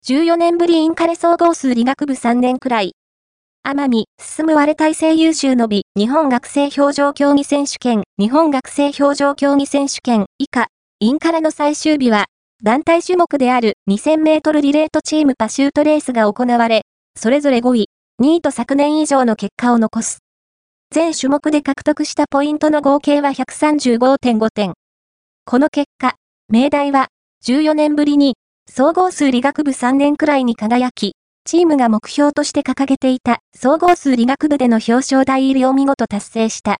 14年ぶりインカレ総合数理学部3年くらい。天海、進む割れ体制優秀の美、日本学生表情競技選手権、日本学生表情競技選手権、以下、インカレの最終日は、団体種目である2000メートルリレーとチームパシュートレースが行われ、それぞれ5位、2位と昨年以上の結果を残す。全種目で獲得したポイントの合計は 135.5 点。この結果、明大は14年ぶりに総合数理学部3年くらいに輝き、チームが目標として掲げていた総合数理学部での表彰台入りを見事達成した。